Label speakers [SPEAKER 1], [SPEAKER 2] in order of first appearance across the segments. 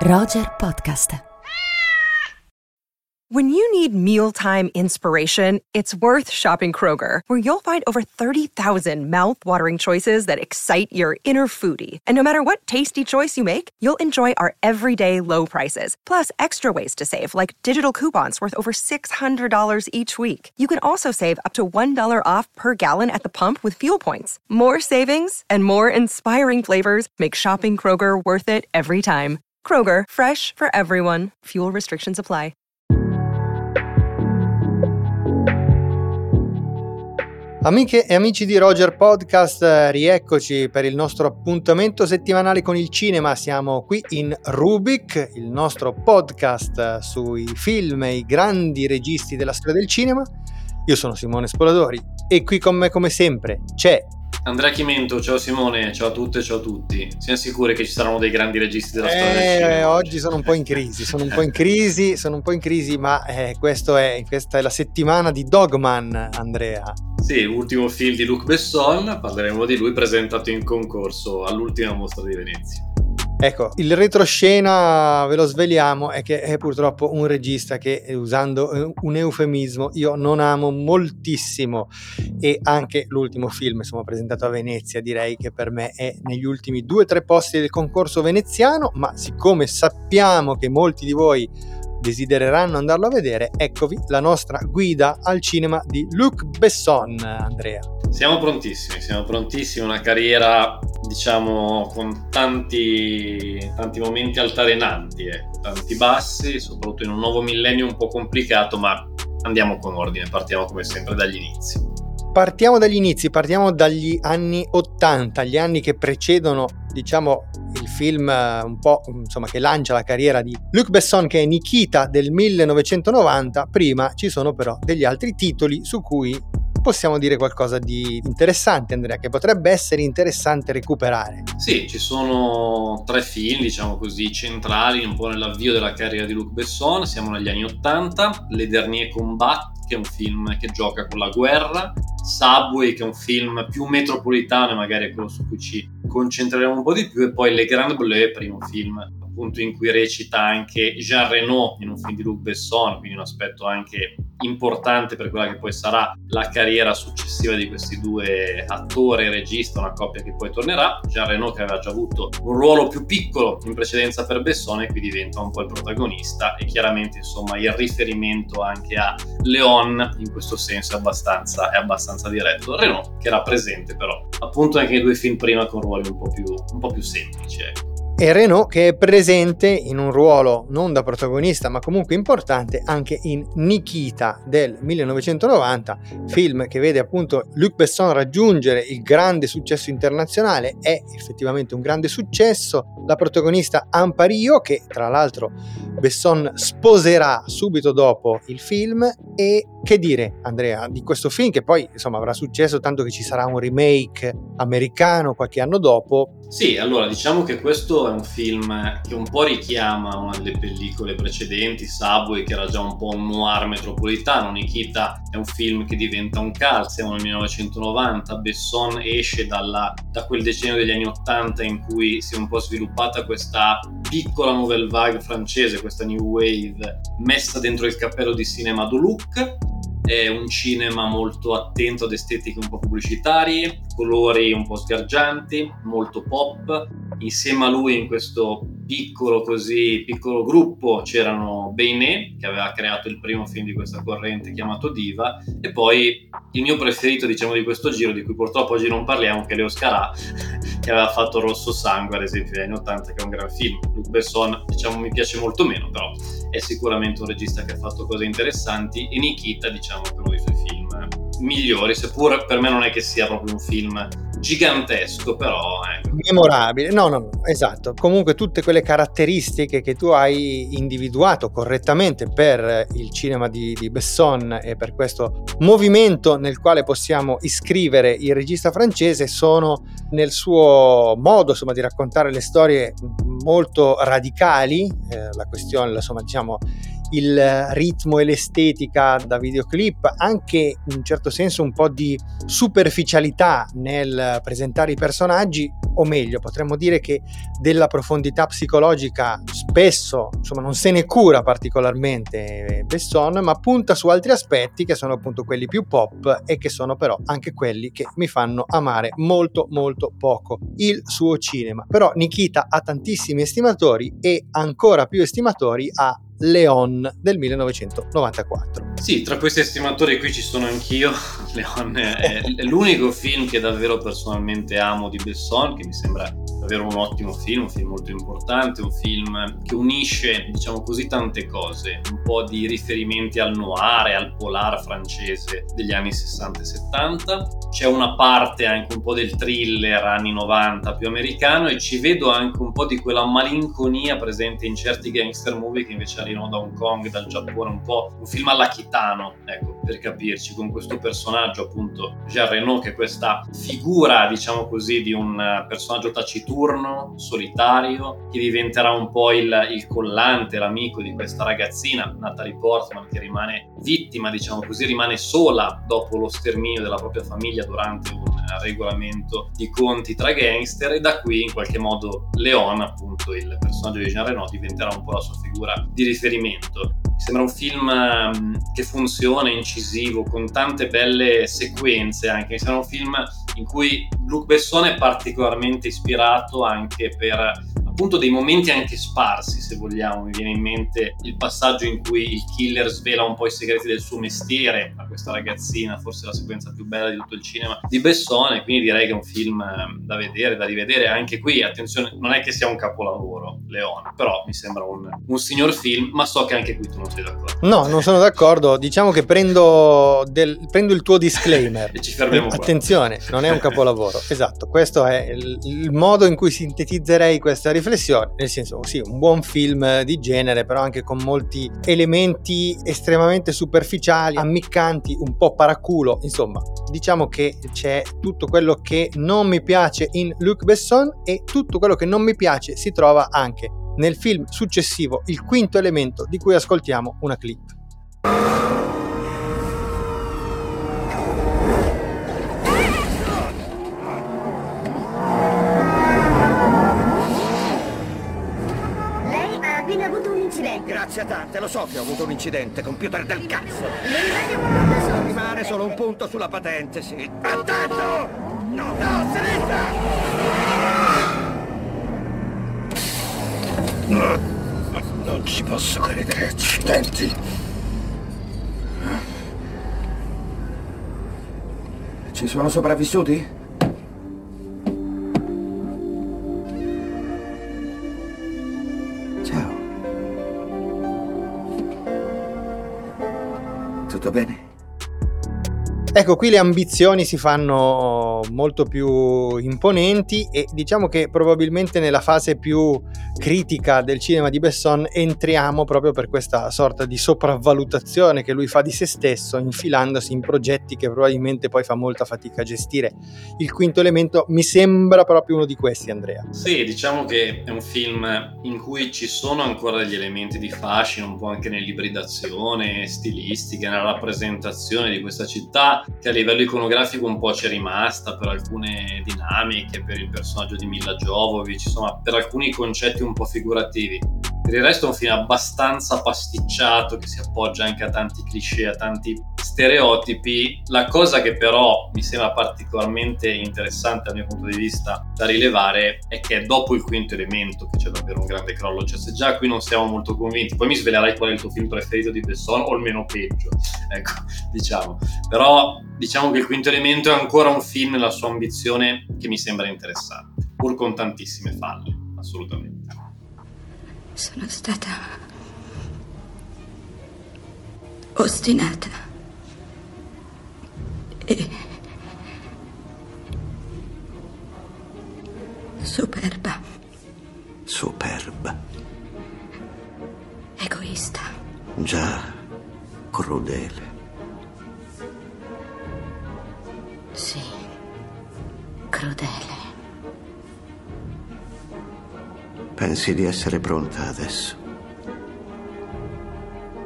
[SPEAKER 1] Roger Podcast.
[SPEAKER 2] When you need mealtime inspiration, it's worth shopping Kroger, where you'll find over 30,000 mouth-watering choices that excite your inner foodie. And no matter what tasty choice you make, you'll enjoy our everyday low prices, plus extra ways to save, like digital coupons worth over $600 each week. You can also save up to $1 off per gallon at the pump with fuel points. More savings and more inspiring flavors make shopping Kroger worth it every time. Kroger, fresh for everyone. Fuel restrictions apply.
[SPEAKER 3] Amiche e amici di Roger Podcast, rieccoci per il nostro appuntamento settimanale con il cinema. Siamo qui in Rubik, il nostro podcast sui film e i grandi registi della storia del cinema. Io sono Simone Spoladori e qui con me, come sempre, c'è
[SPEAKER 4] Andrea Chimento. Ciao Simone, ciao a tutte e ciao a tutti. Siamo sicuri che ci saranno dei grandi registi della storia del cinema?
[SPEAKER 3] Oggi sono un po' in crisi, ma questa è la settimana di Dogman, Andrea.
[SPEAKER 4] Sì, ultimo film di Luc Besson, parleremo di lui, presentato in concorso all'ultima mostra di Venezia.
[SPEAKER 3] Ecco, il retroscena, ve lo sveliamo, è che è purtroppo un regista che, usando un eufemismo, io non amo moltissimo, e anche l'ultimo film, insomma, presentato a Venezia, direi che per me è negli ultimi 2 o 3 posti del concorso veneziano, ma siccome sappiamo che molti di voi desidereranno andarlo a vedere, eccovi la nostra guida al cinema di Luc Besson, Andrea.
[SPEAKER 4] Siamo prontissimi, una carriera, diciamo, con tanti momenti altalenanti, tanti bassi, soprattutto in un nuovo millennio un po' complicato, ma andiamo con ordine, partiamo come sempre dagli inizi.
[SPEAKER 3] Partiamo dagli anni 80, gli anni che precedono, diciamo, il film un po', insomma, che lancia la carriera di Luc Besson, che è Nikita del 1990. Prima ci sono però degli altri titoli su cui possiamo dire qualcosa di interessante, Andrea, che potrebbe essere interessante recuperare.
[SPEAKER 4] Sì, ci sono 3 film, diciamo così, centrali un po' nell'avvio della carriera di Luc Besson. Siamo negli anni 80, Les Derniers Combats, che è un film che gioca con la guerra, Subway, che è un film più metropolitano, magari è quello su cui ci concentreremo un po' di più, e poi Le Grand Bleu, primo film appunto in cui recita anche Jean Reno in un film di Luc Besson, quindi un aspetto anche importante per quella che poi sarà la carriera successiva di questi 2 attori e regista, una coppia che poi tornerà. Jean Reno, che aveva già avuto un ruolo più piccolo in precedenza per Besson, e qui diventa un po' il protagonista, e chiaramente, insomma, il riferimento anche a Léon in questo senso è abbastanza diretto. Reno che era presente però appunto anche nei 2 film prima con ruoli un po' più semplici, ecco.
[SPEAKER 3] E Reno che è presente in un ruolo non da protagonista ma comunque importante anche in Nikita del 1990, film che vede appunto Luc Besson raggiungere il grande successo internazionale. È effettivamente un grande successo. La protagonista Ampariyo, che tra l'altro Besson sposerà subito dopo il film. E che dire, Andrea, di questo film, che poi insomma avrà successo tanto che ci sarà un remake americano qualche anno dopo?
[SPEAKER 4] Sì, allora diciamo che questo è un film che un po' richiama una delle pellicole precedenti, Subway, che era già un po' un noir metropolitano. Nikita è un film che diventa un cult, siamo nel 1990, Besson esce da quel decennio degli anni 80 in cui si è un po' sviluppata questa piccola nouvelle vague francese, questa new wave messa dentro il cappello di cinema du Luc. È un cinema molto attento ad estetiche un po' pubblicitarie, colori un po' sgargianti, molto pop. Insieme a lui in questo piccolo gruppo c'erano Beinet, che aveva creato il primo film di questa corrente chiamato Diva, e poi il mio preferito, diciamo, di questo giro, di cui purtroppo oggi non parliamo, che è Leo Scarà, che aveva fatto Rosso Sangue ad esempio negli anni 80, che è un gran film. Luc Besson, diciamo, mi piace molto meno, però è sicuramente un regista che ha fatto cose interessanti, e Nikita, diciamo, che è uno dei suoi film migliori, seppur per me non è che sia proprio un film gigantesco, però
[SPEAKER 3] memorabile. No, esatto. Comunque tutte quelle caratteristiche che tu hai individuato correttamente per il cinema di Besson e per questo movimento nel quale possiamo iscrivere il regista francese sono nel suo modo, insomma, di raccontare le storie molto radicali. La questione, insomma, diciamo, il ritmo e l'estetica da videoclip, anche in un certo senso un po' di superficialità nel presentare i personaggi, o meglio potremmo dire che della profondità psicologica spesso non se ne cura particolarmente Besson, ma punta su altri aspetti che sono appunto quelli più pop e che sono però anche quelli che mi fanno amare molto molto poco il suo cinema. Però Nikita ha tantissimi estimatori e ancora più estimatori ha Léon del 1994.
[SPEAKER 4] Sì, tra questi estimatori qui ci sono anch'io. Léon è l'unico film che davvero personalmente amo di Besson, che mi sembra davvero un ottimo film, un film molto importante, un film che unisce, diciamo così, tante cose, un po' di riferimenti al noir e al polar francese degli anni 60 e 70, c'è una parte anche un po' del thriller anni 90 più americano, e ci vedo anche un po' di quella malinconia presente in certi gangster movie che invece arrivano da Hong Kong, dal Giappone, un po' un film alla Kitano, ecco, per capirci, con questo personaggio appunto Jean Reno, che è questa figura, diciamo così, di un personaggio taciturno, solitario, che diventerà un po' il collante, l'amico di questa ragazzina Natalie Portman, che rimane vittima, diciamo così, rimane sola dopo lo sterminio della propria famiglia durante un regolamento di conti tra gangster, e da qui in qualche modo Léon, appunto il personaggio di Jean Reno, diventerà un po' la sua figura di riferimento. Mi sembra un film che funziona, incisivo, con tante belle sequenze anche. Mi sembra un film in cui Luc Besson è particolarmente ispirato anche per appunto dei momenti anche sparsi, se vogliamo. Mi viene in mente il passaggio in cui il killer svela un po' i segreti del suo mestiere a questa ragazzina, forse la sequenza più bella di tutto il cinema di Besson, e quindi direi che è un film da vedere, da rivedere. Anche qui, attenzione, non è che sia un capolavoro Léon, però mi sembra un signor film, ma so che anche qui tu non sei d'accordo.
[SPEAKER 3] No, non sono d'accordo, diciamo che prendo il tuo disclaimer
[SPEAKER 4] e ci fermiamo qua.
[SPEAKER 3] Attenzione, non è un capolavoro. Esatto, questo è il modo in cui sintetizzerei questa riflessione, nel senso, sì, un buon film di genere, però anche con molti elementi estremamente superficiali, ammiccanti, un po' paraculo. Insomma, diciamo che c'è tutto quello che non mi piace in Luc Besson, e tutto quello che non mi piace si trova anche nel film successivo, Il Quinto Elemento, di cui ascoltiamo una clip.
[SPEAKER 1] Grazie tante, lo so che ho avuto un incidente, computer del cazzo. Rimane solo un punto sulla patente, sì. Attento! No, sinistra! Non ci posso credere, accidenti. Ci sono sopravvissuti? Tutto bene?
[SPEAKER 3] Ecco, qui le ambizioni si fanno molto più imponenti, e diciamo che probabilmente nella fase più critica del cinema di Besson entriamo proprio per questa sorta di sopravvalutazione che lui fa di se stesso, infilandosi in progetti che probabilmente poi fa molta fatica a gestire. Il Quinto Elemento mi sembra proprio uno di questi, Andrea.
[SPEAKER 4] Sì, diciamo che è un film in cui ci sono ancora degli elementi di fascino, un po' anche nell'ibridazione stilistica, nella rappresentazione di questa città, che a livello iconografico un po' c'è rimasta per alcune dinamiche, per il personaggio di Milla Jovovich, insomma per alcuni concetti un po' figurativi. Per il resto è un film abbastanza pasticciato, che si appoggia anche a tanti cliché, a tanti stereotipi. La cosa che però mi sembra particolarmente interessante dal mio punto di vista da rilevare è che è dopo Il Quinto Elemento che c'è davvero un grande crollo. Cioè, se già qui non siamo molto convinti, poi mi svelerai qual è il tuo film preferito di Besson, o il meno peggio, ecco, diciamo. Però diciamo che Il Quinto Elemento è ancora un film nella sua ambizione che mi sembra interessante, pur con tantissime falle, assolutamente.
[SPEAKER 5] Sono stata ostinata e superba.
[SPEAKER 1] Superba.
[SPEAKER 5] Egoista.
[SPEAKER 1] Già, crudele.
[SPEAKER 5] Sì, crudele.
[SPEAKER 1] Pensi di essere pronta adesso?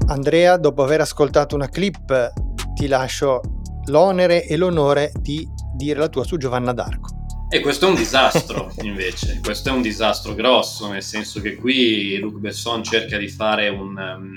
[SPEAKER 3] Andrea, dopo aver ascoltato una clip, ti lascio l'onere e l'onore di dire la tua su Giovanna d'Arco.
[SPEAKER 4] E questo è un disastro, invece. Questo è un disastro grosso, nel senso che qui Luc Besson cerca di fare un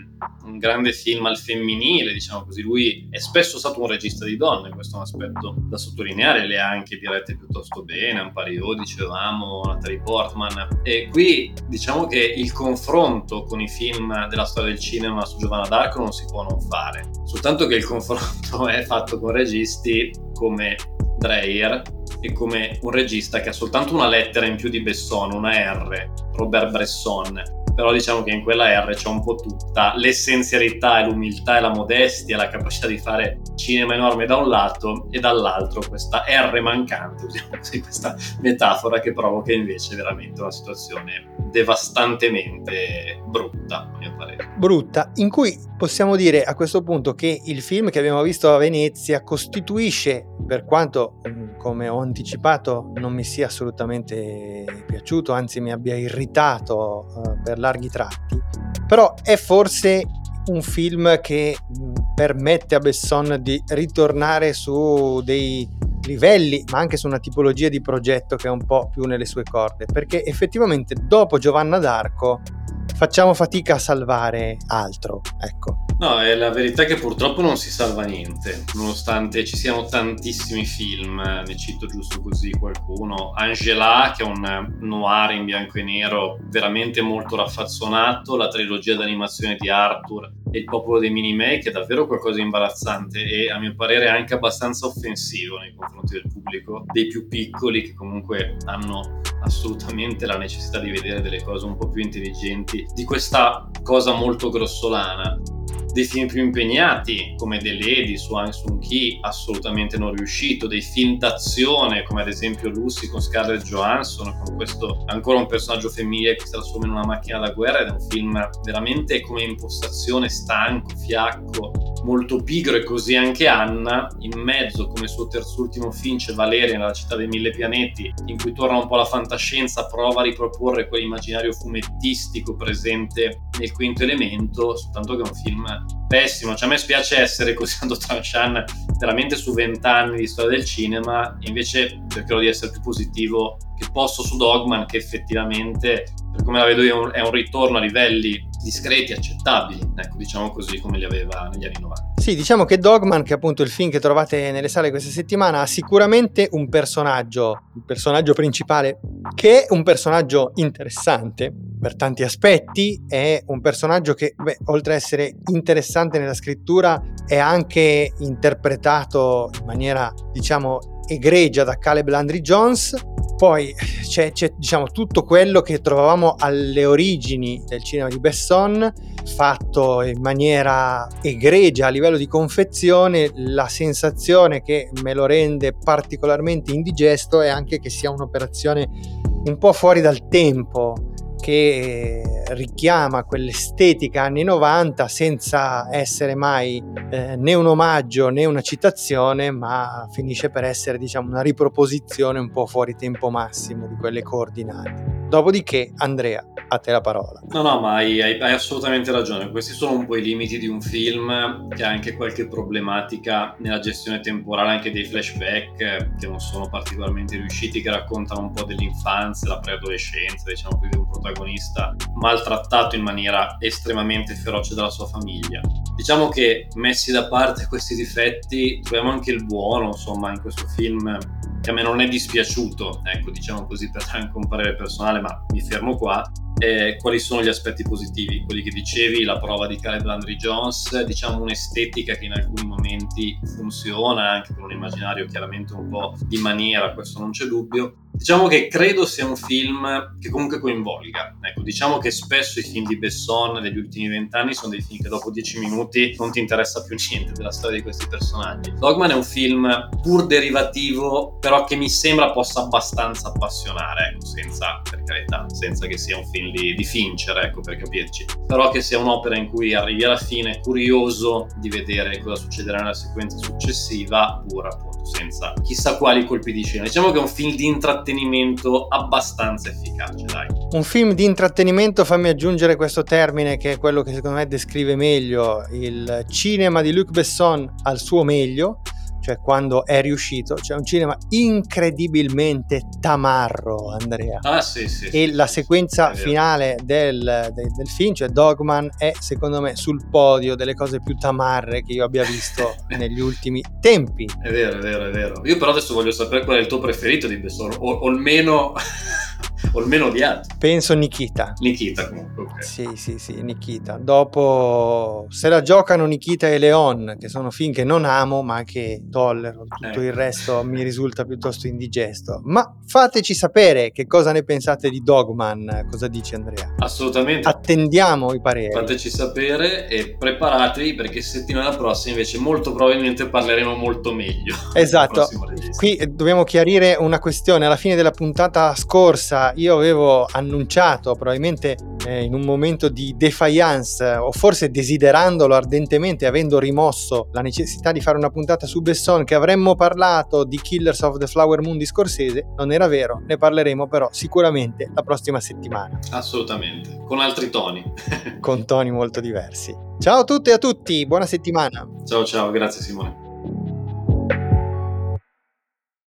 [SPEAKER 4] grande film al femminile, diciamo così. Lui è spesso stato un regista di donne, questo è un aspetto da sottolineare. Le ha anche dirette piuttosto bene, Ampario, dicevamo, Natalie Portman. E qui diciamo che il confronto con i film della storia del cinema su Giovanna d'Arco non si può non fare. Soltanto che il confronto è fatto con registi come Dreyer e come un regista che ha soltanto una lettera in più di Besson, una R, Robert Bresson, però diciamo che in quella R c'è un po' tutta l'essenzialità e l'umiltà e la modestia, la capacità di fare cinema enorme da un lato e dall'altro questa R mancante, usiamo così questa metafora, che provoca invece veramente una situazione devastantemente brutta, a mio parere.
[SPEAKER 3] Brutta, in cui possiamo dire a questo punto che il film che abbiamo visto a Venezia costituisce, per quanto come ho anticipato non mi sia assolutamente piaciuto, anzi mi abbia irritato per larghi tratti, però è forse un film che permette a Besson di ritornare su dei livelli, ma anche su una tipologia di progetto che è un po' più nelle sue corde, perché effettivamente dopo Giovanna d'Arco facciamo fatica a salvare altro, ecco.
[SPEAKER 4] No, è la verità che purtroppo non si salva niente, nonostante ci siano tantissimi film, ne cito giusto così qualcuno. Angela, che è un noir in bianco e nero veramente molto raffazzonato, la trilogia d'animazione di Arthur e Il popolo dei Minimay, che è davvero qualcosa di imbarazzante e a mio parere anche abbastanza offensivo nei confronti del pubblico, dei più piccoli che comunque hanno assolutamente la necessità di vedere delle cose un po' più intelligenti di questa cosa molto grossolana. Dei film più impegnati come The Lady su Hang Sung-ki, assolutamente non riuscito, dei film d'azione come ad esempio Lucy con Scarlett Johansson, con questo ancora un personaggio femminile che si trasforma in una macchina da guerra, ed è un film veramente come impostazione stanco, fiacco, molto pigro. E così anche Anna, in mezzo come suo terzultimo film c'è Valeria nella città dei mille pianeti, in cui torna un po' la fantascienza, prova a riproporre quell'immaginario fumettistico presente nel Quinto Elemento, soltanto che è un film pessimo. Cioè a me spiace essere così tanto tranchant veramente su 20 anni di storia del cinema, invece cercherò di essere più positivo che posso su Dogman, che effettivamente, per come la vedo io, è un ritorno a livelli discreti, accettabili, ecco, diciamo così, come li aveva negli anni 90.
[SPEAKER 3] Sì, diciamo che Dogman, che è appunto il film che trovate nelle sale questa settimana, ha sicuramente un personaggio, il personaggio principale, che è un personaggio interessante per tanti aspetti. È un personaggio che, oltre a essere interessante nella scrittura, è anche interpretato in maniera, diciamo, egregia da Caleb Landry Jones. Poi c'è diciamo tutto quello che trovavamo alle origini del cinema di Besson, fatto in maniera egregia a livello di confezione. La sensazione che me lo rende particolarmente indigesto è anche che sia un'operazione un po' fuori dal tempo, che richiama quell'estetica anni 90 senza essere mai né un omaggio né una citazione, ma finisce per essere, diciamo, una riproposizione un po' fuori tempo massimo di quelle coordinate. Dopodiché, Andrea, a te la parola.
[SPEAKER 4] No, ma hai assolutamente ragione. Questi sono un po' i limiti di un film che ha anche qualche problematica nella gestione temporale, anche dei flashback che non sono particolarmente riusciti, che raccontano un po' dell'infanzia, la preadolescenza, diciamo così, di un protagonista maltrattato in maniera estremamente feroce dalla sua famiglia. Diciamo che, messi da parte questi difetti, troviamo anche il buono, insomma, in questo film, che a me non è dispiaciuto, ecco, diciamo così, per anche un parere personale, ma mi fermo qua. Quali sono gli aspetti positivi? Quelli che dicevi, la prova di Caleb Landry Jones, diciamo un'estetica che in alcuni momenti funziona, anche con un immaginario chiaramente un po' di maniera, questo non c'è dubbio. Diciamo che credo sia un film che comunque coinvolga. Ecco, diciamo che spesso i film di Besson degli ultimi 20 anni sono dei film che dopo 10 minuti non ti interessa più niente della storia di questi personaggi. Dogman è un film pur derivativo, però che mi sembra possa abbastanza appassionare, ecco, senza, per carità, senza che sia un film di Fincher, ecco, per capirci, però che sia un'opera in cui arrivi alla fine curioso di vedere cosa succederà nella sequenza successiva, pur appunto senza chissà quali colpi di scena. Diciamo che è un film di intrattenimento abbastanza efficace, dai.
[SPEAKER 3] Un film di intrattenimento, fammi aggiungere questo termine che è quello che secondo me descrive meglio il cinema di Luc Besson al suo meglio, cioè quando è riuscito. C'è un cinema incredibilmente tamarro, Andrea.
[SPEAKER 4] Ah sì.
[SPEAKER 3] E la sequenza
[SPEAKER 4] è vero.
[SPEAKER 3] finale del film, cioè Dogman, è secondo me sul podio delle cose più tamarre che io abbia visto negli ultimi tempi.
[SPEAKER 4] È vero. Io però adesso voglio sapere qual è il tuo preferito di Besson, o almeno odiato.
[SPEAKER 3] Penso Nikita.
[SPEAKER 4] Nikita comunque, ok.
[SPEAKER 3] Sì, Nikita. Dopo se la giocano Nikita e Leon, che sono film che non amo ma che tollero. Tutto il resto mi risulta piuttosto indigesto. Ma fateci sapere che cosa ne pensate di Dogman. Cosa dice Andrea?
[SPEAKER 4] Assolutamente.
[SPEAKER 3] Attendiamo i pareri.
[SPEAKER 4] Fateci sapere e preparatevi, perché settimana prossima invece molto probabilmente parleremo molto meglio.
[SPEAKER 3] Esatto. Qui dobbiamo chiarire una questione. Alla fine della puntata scorsa io avevo annunciato, probabilmente in un momento di defiance, o forse desiderandolo ardentemente, avendo rimosso la necessità di fare una puntata su Besson, che avremmo parlato di Killers of the Flower Moon di Scorsese. Non era vero, ne parleremo però sicuramente la prossima settimana.
[SPEAKER 4] Assolutamente, con altri toni.
[SPEAKER 3] Con toni molto diversi. Ciao a tutte e a tutti, buona settimana.
[SPEAKER 4] Ciao, grazie Simone.